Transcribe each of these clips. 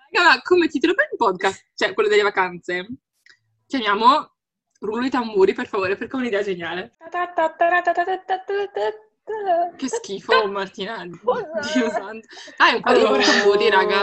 Ma come titolo per il podcast, cioè quello delle vacanze, chiamiamo rullo di tamburi, per favore, perché è un'idea geniale. Che schifo, Martina. Dio santo. Dai, un po' di rullo di tamburi, raga.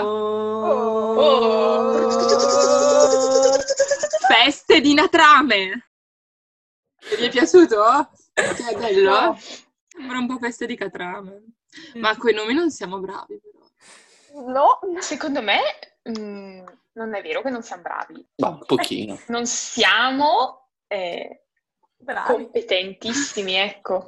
Feste di Natrame. Vi è piaciuto? Che è bello? No. Sembra un po' feste di Catrame. Ma coi nomi non siamo bravi, però. No, secondo me non è vero che non siamo bravi. Ma un pochino. Non siamo Bravi. competentissimi, ecco.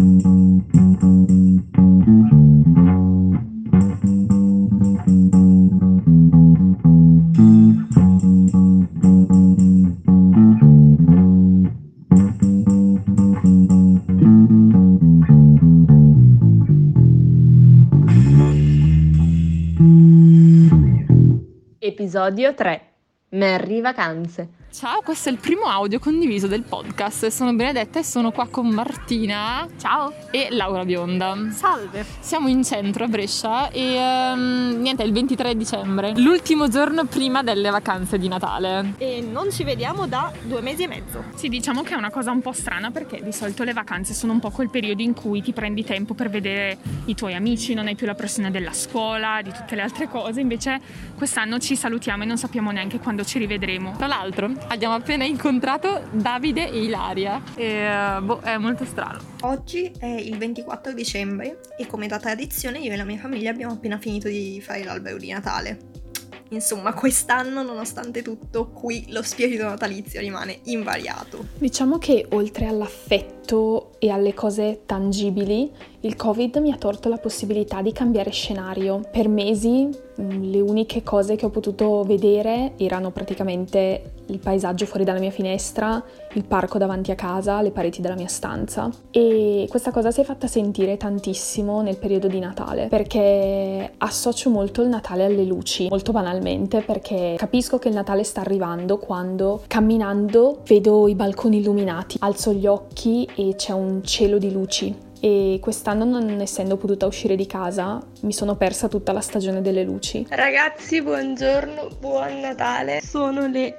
Episodio 3. Merry Vacanze. Ciao, questo è il primo audio condiviso del podcast. Sono Benedetta e sono qua con Martina. Ciao. E Laura Bionda. Salve. Siamo in centro a Brescia e niente, è il 23 dicembre, l'ultimo giorno prima delle vacanze di Natale. E non ci vediamo da 2 mesi e mezzo. Sì, diciamo che è una cosa un po' strana perché di solito le vacanze sono un po' quel periodo in cui ti prendi tempo per vedere i tuoi amici, non hai più la pressione della scuola, di tutte le altre cose. Invece quest'anno ci salutiamo e non sappiamo neanche quando ci rivedremo. Tra l'altro abbiamo appena incontrato Davide e Ilaria e è molto strano. Oggi è il 24 dicembre e come da tradizione io e la mia famiglia abbiamo appena finito di fare l'albero di Natale. Insomma, quest'anno, nonostante tutto, qui lo spirito natalizio rimane invariato. Diciamo che oltre all'affetto e alle cose tangibili, il Covid mi ha tolto la possibilità di cambiare scenario. Per mesi le uniche cose che ho potuto vedere erano praticamente il paesaggio fuori dalla mia finestra, il parco davanti a casa, le pareti della mia stanza. E questa cosa si è fatta sentire tantissimo nel periodo di Natale, perché associo molto il Natale alle luci, molto banalmente, perché capisco che il Natale sta arrivando quando camminando vedo i balconi illuminati, alzo gli occhi e c'è un cielo di luci. E quest'anno, non essendo potuta uscire di casa, mi sono persa tutta la stagione delle luci. Ragazzi, buongiorno, buon Natale. Sono le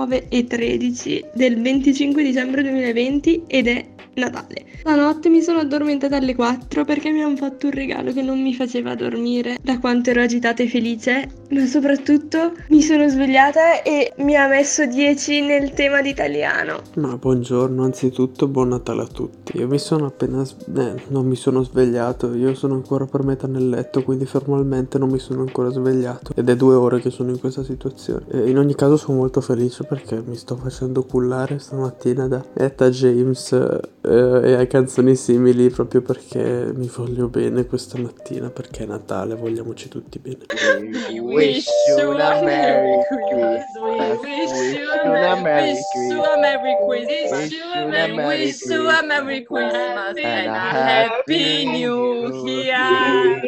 9:13 del 25 dicembre 2020 ed è Natale. La notte mi sono addormentata alle 4 perché mi hanno fatto un regalo che non mi faceva dormire da quanto ero agitata e felice, ma soprattutto mi sono svegliata e mi ha messo 10 nel tema d'italiano. Ma buongiorno, anzitutto buon Natale a tutti. Io mi sono appena non mi sono svegliato, io sono ancora per metà nel letto, quindi formalmente non mi sono ancora svegliato ed è 2 ore che sono in questa situazione. E in ogni caso sono molto felice perché mi sto facendo cullare stamattina da Etta James e a canzoni simili, proprio perché mi voglio bene questa mattina, perché è Natale, vogliamoci tutti bene. We wish you a Merry Christmas. We wish you a Merry Christmas. Wish you a Merry Christmas and a Happy New Year.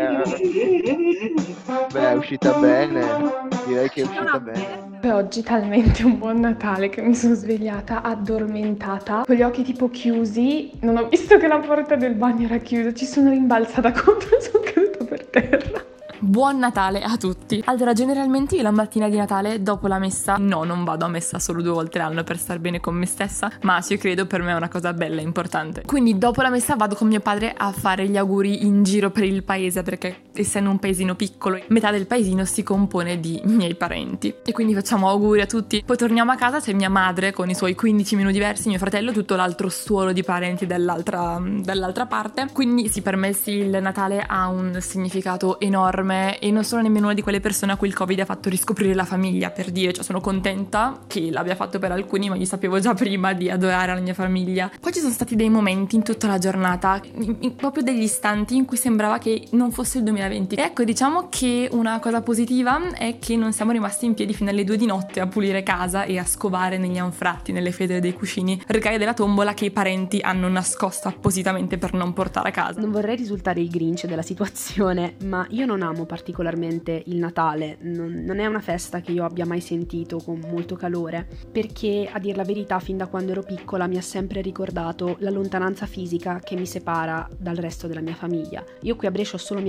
Beh, è uscita bene. Direi che è uscita bene. Per oggi talmente un buon Natale che mi sono svegliata addormentata, con gli occhi tipo chiusi, non ho visto che la porta del bagno era chiusa, ci sono rimbalzata contro e sono caduta per terra. Buon Natale a tutti! Allora, generalmente io la mattina di Natale, dopo la messa, non vado a messa solo 2 volte l'anno per star bene con me stessa, ma ci credo, per me è una cosa bella e importante. Quindi dopo la messa vado con mio padre a fare gli auguri in giro per il paese, perché essendo un paesino piccolo, metà del paesino si compone di miei parenti. E quindi facciamo auguri a tutti. Poi torniamo a casa, c'è mia madre con i suoi 15 menu diversi, mio fratello, tutto l'altro stuolo di parenti dall'altra parte. Quindi sì, per me sì, il Natale ha un significato enorme e non sono nemmeno una di quelle persone a cui il Covid ha fatto riscoprire la famiglia, per dire, cioè sono contenta che l'abbia fatto per alcuni, ma gli sapevo già prima di adorare la mia famiglia. Poi ci sono stati dei momenti in tutta la giornata, proprio degli istanti in cui sembrava che non fosse il 2020. E ecco, diciamo che una cosa positiva è che non siamo rimasti in piedi fino alle 2 di notte a pulire casa e a scovare negli anfratti, nelle federe dei cuscini, regale della tombola che i parenti hanno nascosto appositamente per non portare a casa. Non vorrei risultare il Grinch della situazione, ma io non amo particolarmente il Natale, non è una festa che io abbia mai sentito con molto calore, perché a dir la verità fin da quando ero piccola mi ha sempre ricordato la lontananza fisica che mi separa dal resto della mia famiglia. Io qui a Brescia ho solo mia madre e mio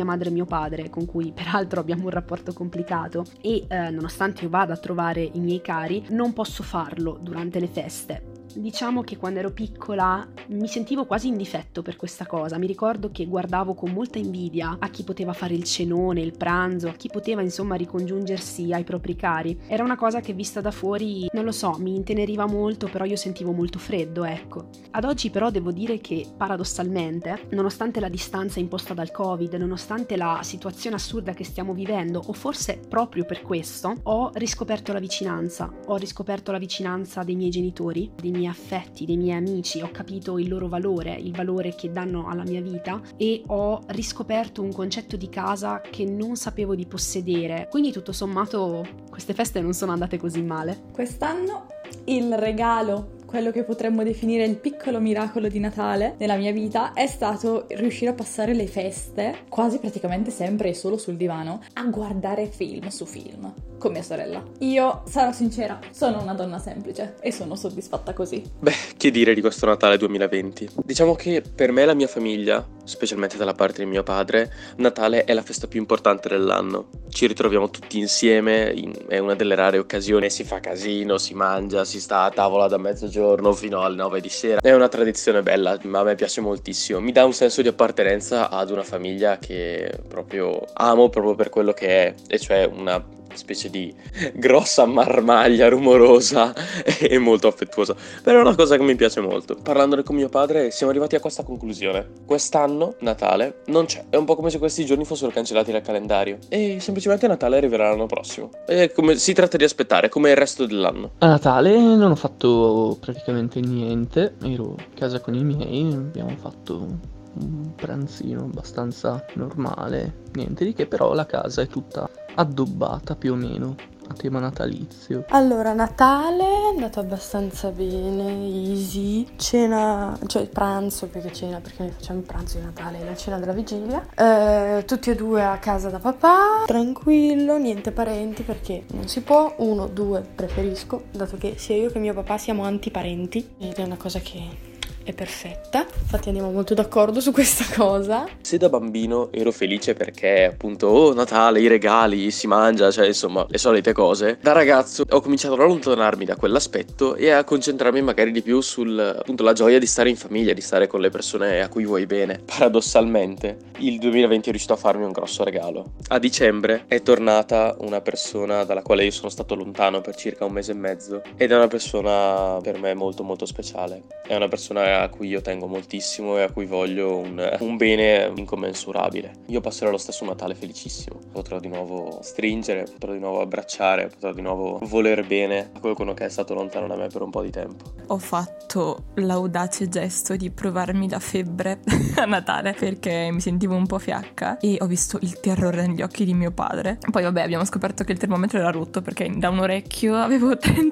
padre, con cui peraltro abbiamo un rapporto complicato, e nonostante io vada a trovare i miei cari, non posso farlo durante le feste. Diciamo che quando ero piccola mi sentivo quasi in difetto per questa cosa. Mi ricordo che guardavo con molta invidia a chi poteva fare il cenone, il pranzo, a chi poteva insomma ricongiungersi ai propri cari. Era una cosa che vista da fuori, non lo so, mi inteneriva molto, però io sentivo molto freddo, ecco. Ad oggi però devo dire che paradossalmente, nonostante la distanza imposta dal Covid, nonostante la situazione assurda che stiamo vivendo, o forse proprio per questo, ho riscoperto la vicinanza. Ho riscoperto la vicinanza dei miei genitori, dei miei affetti, dei miei amici, ho capito il loro valore, il valore che danno alla mia vita, e ho riscoperto un concetto di casa che non sapevo di possedere. Quindi tutto sommato queste feste non sono andate così male. Quest'anno il regalo, quello che potremmo definire il piccolo miracolo di Natale nella mia vita, è stato riuscire a passare le feste quasi praticamente sempre e solo sul divano a guardare film su film con mia sorella. Io, sarò sincera, sono una donna semplice e sono soddisfatta così. Beh, che dire di questo Natale 2020? Diciamo che per me e la mia famiglia, specialmente dalla parte di mio padre, Natale è la festa più importante dell'anno. Ci ritroviamo tutti insieme, è una delle rare occasioni, si fa casino, si mangia, si sta a tavola da mezzogiorno fino alle 9 di sera. È una tradizione bella, ma a me piace moltissimo. Mi dà un senso di appartenenza ad una famiglia che proprio amo proprio per quello che è, e cioè una specie di grossa marmaglia rumorosa e molto affettuosa. Però è una cosa che mi piace molto. Parlandone con mio padre siamo arrivati a questa conclusione: quest'anno Natale non c'è. È un po' come se questi giorni fossero cancellati dal calendario e semplicemente Natale arriverà l'anno prossimo. E come si tratta di aspettare, come il resto dell'anno. A Natale non ho fatto praticamente niente, ero a casa con i miei, abbiamo fatto un pranzino abbastanza normale, niente di che, però la casa è tutta addobbata più o meno a tema natalizio. Allora, Natale è andato abbastanza bene, easy. Cena, cioè pranzo, perché noi facciamo il pranzo di Natale e la cena della vigilia. Tutti e due a casa da papà, tranquillo, niente parenti perché non si può. 1, 2 preferisco, dato che sia io che mio papà siamo antiparenti ed è una cosa che è perfetta, infatti andiamo molto d'accordo su questa cosa. Se da bambino ero felice perché appunto Natale, i regali, si mangia, cioè insomma le solite cose, da ragazzo ho cominciato ad allontanarmi da quell'aspetto e a concentrarmi magari di più sul appunto la gioia di stare in famiglia, di stare con le persone a cui vuoi bene. Paradossalmente il 2020 è riuscito a farmi un grosso regalo. A dicembre è tornata una persona dalla quale io sono stato lontano per circa 1 mese e mezzo ed è una persona per me molto molto speciale. È una persona a cui io tengo moltissimo e a cui voglio un bene incommensurabile. Io passerò lo stesso Natale felicissimo. Potrò di nuovo stringere, potrò di nuovo abbracciare, potrò di nuovo voler bene a qualcuno che è stato lontano da me per un po' di tempo. Ho fatto l'audace gesto di provarmi la febbre a Natale perché mi sentivo un po' fiacca e ho visto il terrore negli occhi di mio padre. Poi vabbè, abbiamo scoperto che il termometro era rotto perché da un orecchio avevo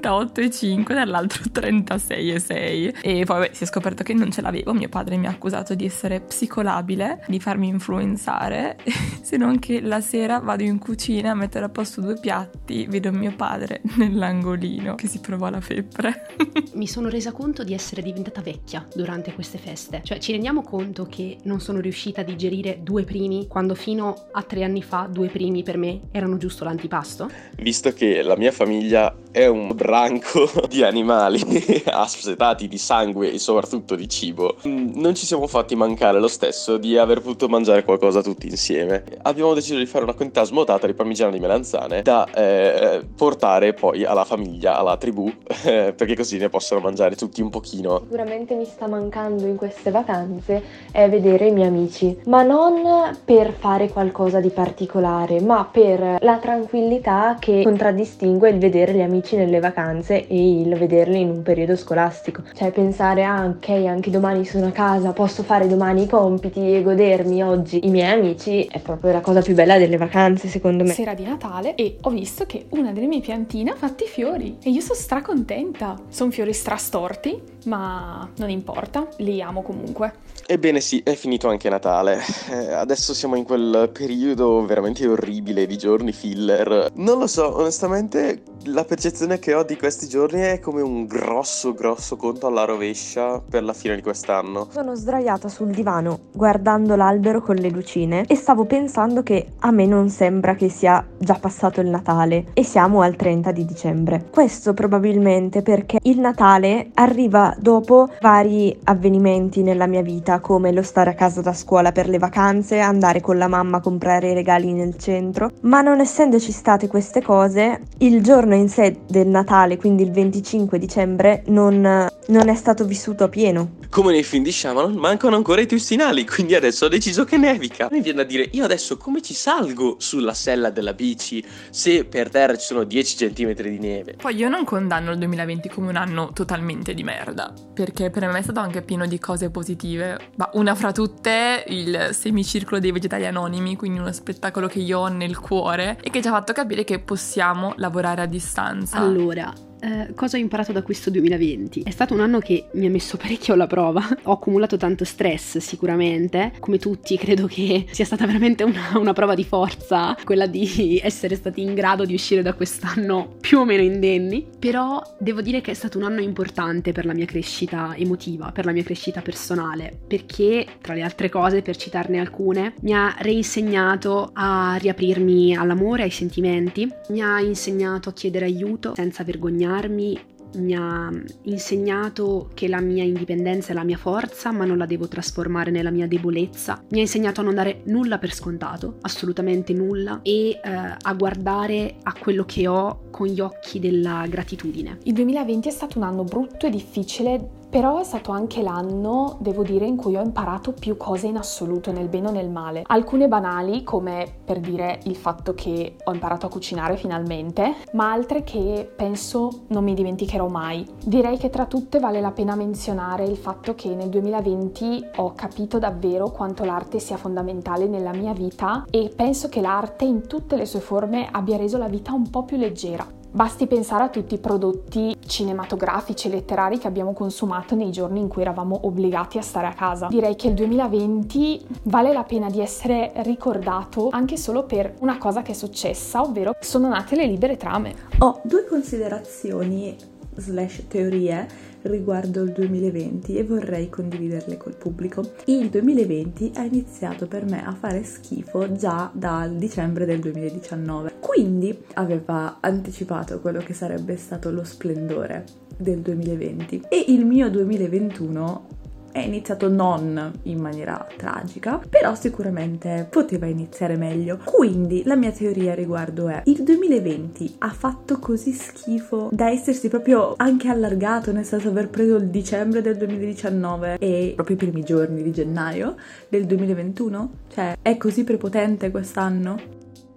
38,5, dall'altro 36,6 e poi vabbè, si è scoperto che non ce l'avevo. Mio padre mi ha accusato di essere psicolabile, di farmi influenzare, se non che la sera vado in cucina a mettere a posto 2 piatti, vedo mio padre nell'angolino che si provò la febbre. Mi sono resa conto di essere diventata vecchia durante queste feste, cioè ci rendiamo conto che non sono riuscita a digerire 2 primi quando fino a 3 anni fa 2 primi per me erano giusto l'antipasto? Visto che la mia famiglia è un branco di animali assetati di sangue e soprattutto di cibo, non ci siamo fatti mancare lo stesso di aver potuto mangiare qualcosa tutti insieme. Abbiamo deciso di fare una quantità smodata di parmigiano di melanzane da portare poi alla famiglia, alla tribù, perché così ne possono mangiare tutti un pochino. Sicuramente mi sta mancando in queste vacanze è vedere i miei amici, ma non per fare qualcosa di particolare, ma per la tranquillità che contraddistingue il vedere gli amici nelle vacanze e il vederli in un periodo scolastico. Cioè pensare ok, anche domani sono a casa, posso fare domani i compiti e godermi oggi i miei amici è proprio la cosa più bella delle vacanze, secondo me. Sera di Natale e ho visto che una delle mie piantine ha fatto i fiori e io sono stracontenta. Sono fiori strastorti, ma non importa, li amo comunque. Ebbene sì, è finito anche Natale. Adesso siamo in quel periodo veramente orribile di giorni filler. Non lo so, onestamente la percezione che ho di questi giorni è come un grosso conto alla rovescia per la fine di quest'anno. Sono sdraiata sul divano guardando l'albero con le lucine e stavo pensando che a me non sembra che sia già passato il Natale e siamo al 30 di dicembre. Questo probabilmente perché il Natale arriva dopo vari avvenimenti nella mia vita, come lo stare a casa da scuola per le vacanze, andare con la mamma a comprare i regali nel centro, ma non essendoci state queste cose, il giorno in sé del Natale, quindi il 25 dicembre, non è stato vissuto a pieno. Come nei film di Shyamalan, mancano ancora i testinali, quindi adesso ho deciso che nevica. Mi viene da dire, io adesso come ci salgo sulla sella della bici se per terra ci sono 10 centimetri di neve? Poi io non condanno il 2020 come un anno totalmente di merda, perché per me è stato anche pieno di cose positive. Ma una fra tutte, il semicircolo dei vegetali anonimi, quindi uno spettacolo che io ho nel cuore e che ci ha fatto capire che possiamo lavorare a distanza. Allora, cosa ho imparato da questo 2020? È stato un anno che mi ha messo parecchio alla prova, ho accumulato tanto stress sicuramente, come tutti credo che sia stata veramente una prova di forza, quella di essere stati in grado di uscire da quest'anno più o meno indenni, però devo dire che è stato un anno importante per la mia crescita emotiva, per la mia crescita personale, perché tra le altre cose, per citarne alcune, mi ha reinsegnato a riaprirmi all'amore, ai sentimenti, mi ha insegnato a chiedere aiuto senza vergognarmi, mi ha insegnato che la mia indipendenza è la mia forza, ma non la devo trasformare nella mia debolezza. Mi ha insegnato a non dare nulla per scontato, assolutamente nulla, e a guardare a quello che ho con gli occhi della gratitudine. Il 2020 è stato un anno brutto e difficile, però è stato anche l'anno, devo dire, in cui ho imparato più cose in assoluto, nel bene o nel male. Alcune banali, come per dire il fatto che ho imparato a cucinare finalmente, ma altre che penso non mi dimenticherò mai. Direi che tra tutte vale la pena menzionare il fatto che nel 2020 ho capito davvero quanto l'arte sia fondamentale nella mia vita e penso che l'arte in tutte le sue forme abbia reso la vita un po' più leggera. Basti pensare a tutti i prodotti cinematografici e letterari che abbiamo consumato nei giorni in cui eravamo obbligati a stare a casa. Direi che il 2020 vale la pena di essere ricordato anche solo per una cosa che è successa, ovvero sono nate le libere trame. Ho due considerazioni / teorie riguardo il 2020 e vorrei condividerle col pubblico. Il 2020 è iniziato per me a fare schifo già dal dicembre del 2019, quindi aveva anticipato quello che sarebbe stato lo splendore del 2020 e il mio 2021 è iniziato non in maniera tragica, però sicuramente poteva iniziare meglio. Quindi la mia teoria a riguardo è: il 2020 ha fatto così schifo da essersi proprio anche allargato, nel senso aver preso il dicembre del 2019 e proprio i primi giorni di gennaio del 2021? Cioè, è così prepotente quest'anno?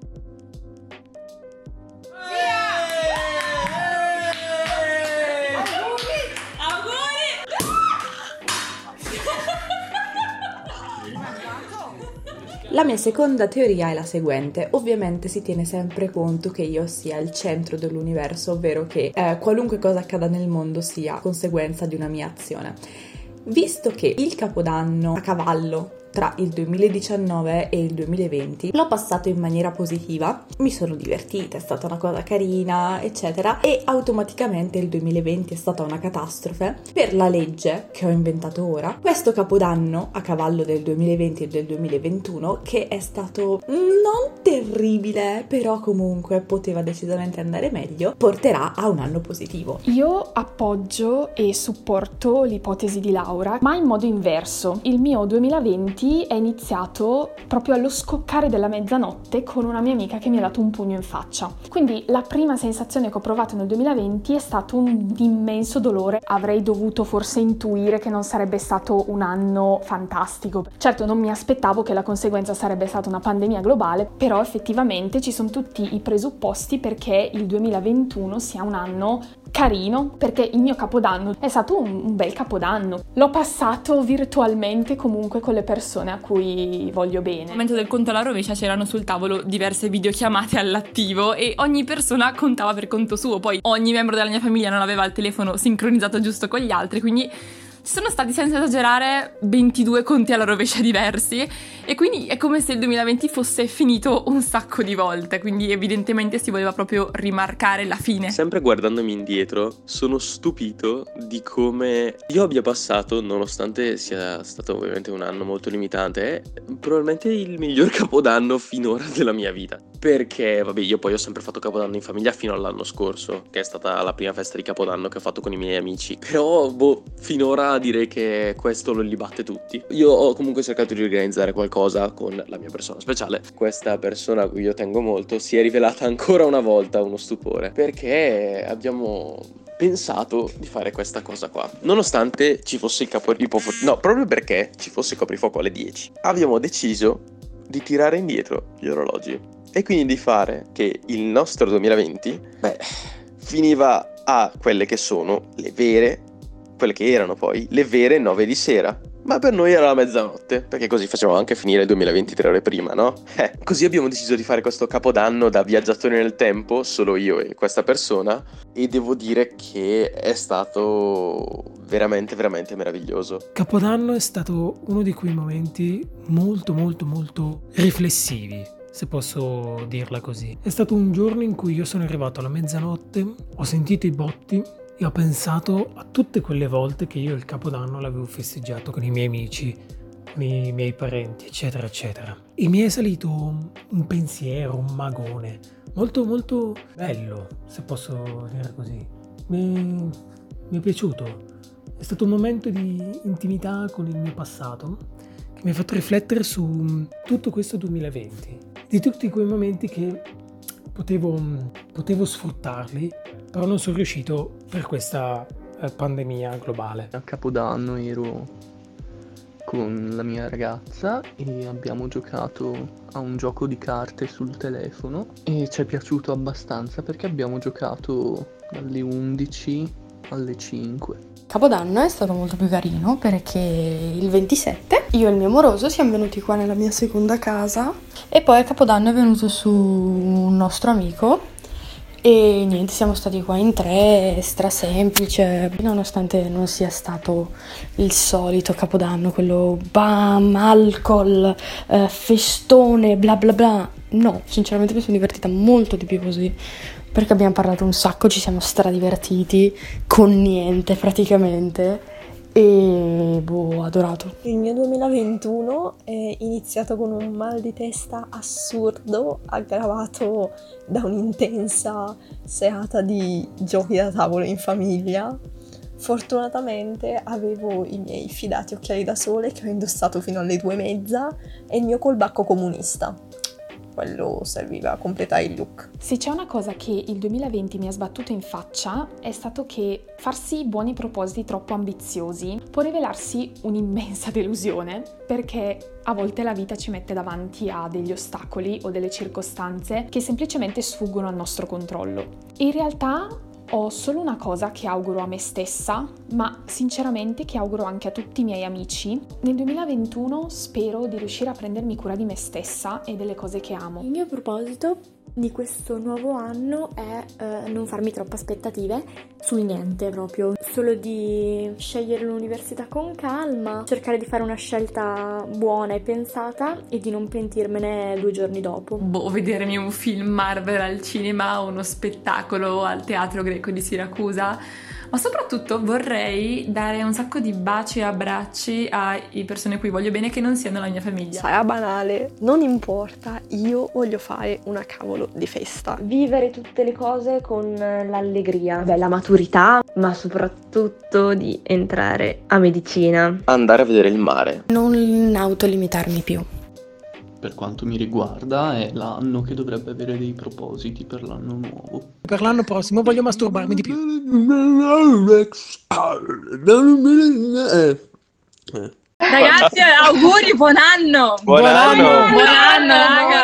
La mia seconda teoria è la seguente: ovviamente si tiene sempre conto che io sia il centro dell'universo, ovvero che qualunque cosa accada nel mondo sia conseguenza di una mia azione. Visto che il Capodanno a cavallo tra il 2019 e il 2020 l'ho passato in maniera positiva, mi sono divertita, è stata una cosa carina, eccetera, e automaticamente il 2020 è stata una catastrofe per la legge che ho inventato ora. Questo Capodanno a cavallo del 2020 e del 2021, che è stato non terribile, però comunque poteva decisamente andare meglio, porterà a un anno positivo. Io appoggio e supporto l'ipotesi di Laura, ma in modo inverso. Il mio 2020 è iniziato proprio allo scoccare della mezzanotte con una mia amica che mi ha dato un pugno in faccia. Quindi la prima sensazione che ho provato nel 2020 è stato un immenso dolore. Avrei dovuto forse intuire che non sarebbe stato un anno fantastico. Certo, non mi aspettavo che la conseguenza sarebbe stata una pandemia globale, però effettivamente ci sono tutti i presupposti perché il 2021 sia un anno carino, perché il mio Capodanno è stato un bel Capodanno. L'ho passato virtualmente comunque con le persone a cui voglio bene. Nel momento del conto alla rovescia c'erano sul tavolo diverse videochiamate all'attivo e ogni persona contava per conto suo, poi ogni membro della mia famiglia non aveva il telefono sincronizzato giusto con gli altri, quindi sono stati, senza esagerare, 22 conti alla rovescia diversi, e quindi è come se il 2020 fosse finito un sacco di volte, quindi evidentemente si voleva proprio rimarcare la fine. Sempre guardandomi indietro, sono stupito di come io abbia passato, nonostante sia stato ovviamente un anno molto limitante, probabilmente il miglior capodanno finora della mia vita. Perché, vabbè, io poi ho sempre fatto capodanno in famiglia fino all'anno scorso, che è stata la prima festa di capodanno che ho fatto con i miei amici. Però, finora direi che questo li batte tutti. Io ho comunque cercato di organizzare qualcosa con la mia persona speciale. Questa persona a cui io tengo molto si è rivelata ancora una volta uno stupore, perché abbiamo pensato di fare questa cosa qua, nonostante ci fosse il proprio perché ci fosse il coprifuoco alle 10. Abbiamo deciso di tirare indietro gli orologi e quindi di fare che il nostro 2020 finiva a quelle che sono quelle che erano poi le vere 9 di sera. Ma per noi era la mezzanotte, perché così facevamo anche finire il 2020 3 ore prima, no? Così abbiamo deciso di fare questo capodanno da viaggiatori nel tempo, solo io e questa persona, e devo dire che è stato veramente, veramente meraviglioso. Capodanno è stato uno di quei momenti molto, molto, molto riflessivi, se posso dirla così. È stato un giorno in cui io sono arrivato alla mezzanotte, ho sentito i botti, e ho pensato a tutte quelle volte che io il Capodanno l'avevo festeggiato con i miei amici, con i miei parenti, eccetera, eccetera. E mi è salito un pensiero, un magone, molto, molto bello, se posso dire così. Mi è piaciuto. È stato un momento di intimità con il mio passato che mi ha fatto riflettere su tutto questo 2020, di tutti quei momenti che potevo sfruttarli, però non sono riuscito per questa pandemia globale. A Capodanno ero con la mia ragazza e abbiamo giocato a un gioco di carte sul telefono e ci è piaciuto abbastanza perché abbiamo giocato dalle 11 alle 5. Capodanno è stato molto più carino perché il 27 io e il mio amoroso siamo venuti qua nella mia seconda casa e poi a Capodanno è venuto su un nostro amico e niente, siamo stati qua in tre, strasemplice, nonostante non sia stato il solito Capodanno, quello bam, alcol, festone, bla bla bla. No, sinceramente mi sono divertita molto di più così, perché abbiamo parlato un sacco, ci siamo stradivertiti con niente praticamente e ho adorato. Il mio 2021 è iniziato con un mal di testa assurdo, aggravato da un'intensa serata di giochi da tavolo in famiglia. Fortunatamente avevo i miei fidati occhiali da sole che ho indossato fino alle 2:30 e il mio colbacco comunista. Quello serviva a completare il look. Se c'è una cosa che il 2020 mi ha sbattuto in faccia è stato che farsi buoni propositi troppo ambiziosi può rivelarsi un'immensa delusione, perché a volte la vita ci mette davanti a degli ostacoli o delle circostanze che semplicemente sfuggono al nostro controllo. In realtà ho solo una cosa che auguro a me stessa, ma sinceramente che auguro anche a tutti i miei amici. Nel 2021 spero di riuscire a prendermi cura di me stessa e delle cose che amo. Il mio proposito di questo nuovo anno è non farmi troppe aspettative sul niente proprio, solo di scegliere l'università con calma, cercare di fare una scelta buona e pensata e di non pentirmene 2 giorni dopo. Vedermi un film Marvel al cinema, uno spettacolo al Teatro Greco di Siracusa, ma soprattutto vorrei dare un sacco di baci e abbracci alle persone a cui voglio bene che non siano la mia famiglia. Sarà banale, non importa, io voglio fare una cavolo di festa. Vivere tutte le cose con l'allegria, la maturità, ma soprattutto di entrare a medicina. Andare a vedere il mare. Non autolimitarmi più. Per quanto mi riguarda è l'anno che dovrebbe avere dei propositi per l'anno nuovo. Per l'anno prossimo voglio masturbarmi di più. Ragazzi, auguri, buon anno! Buon anno! Buon anno, raga!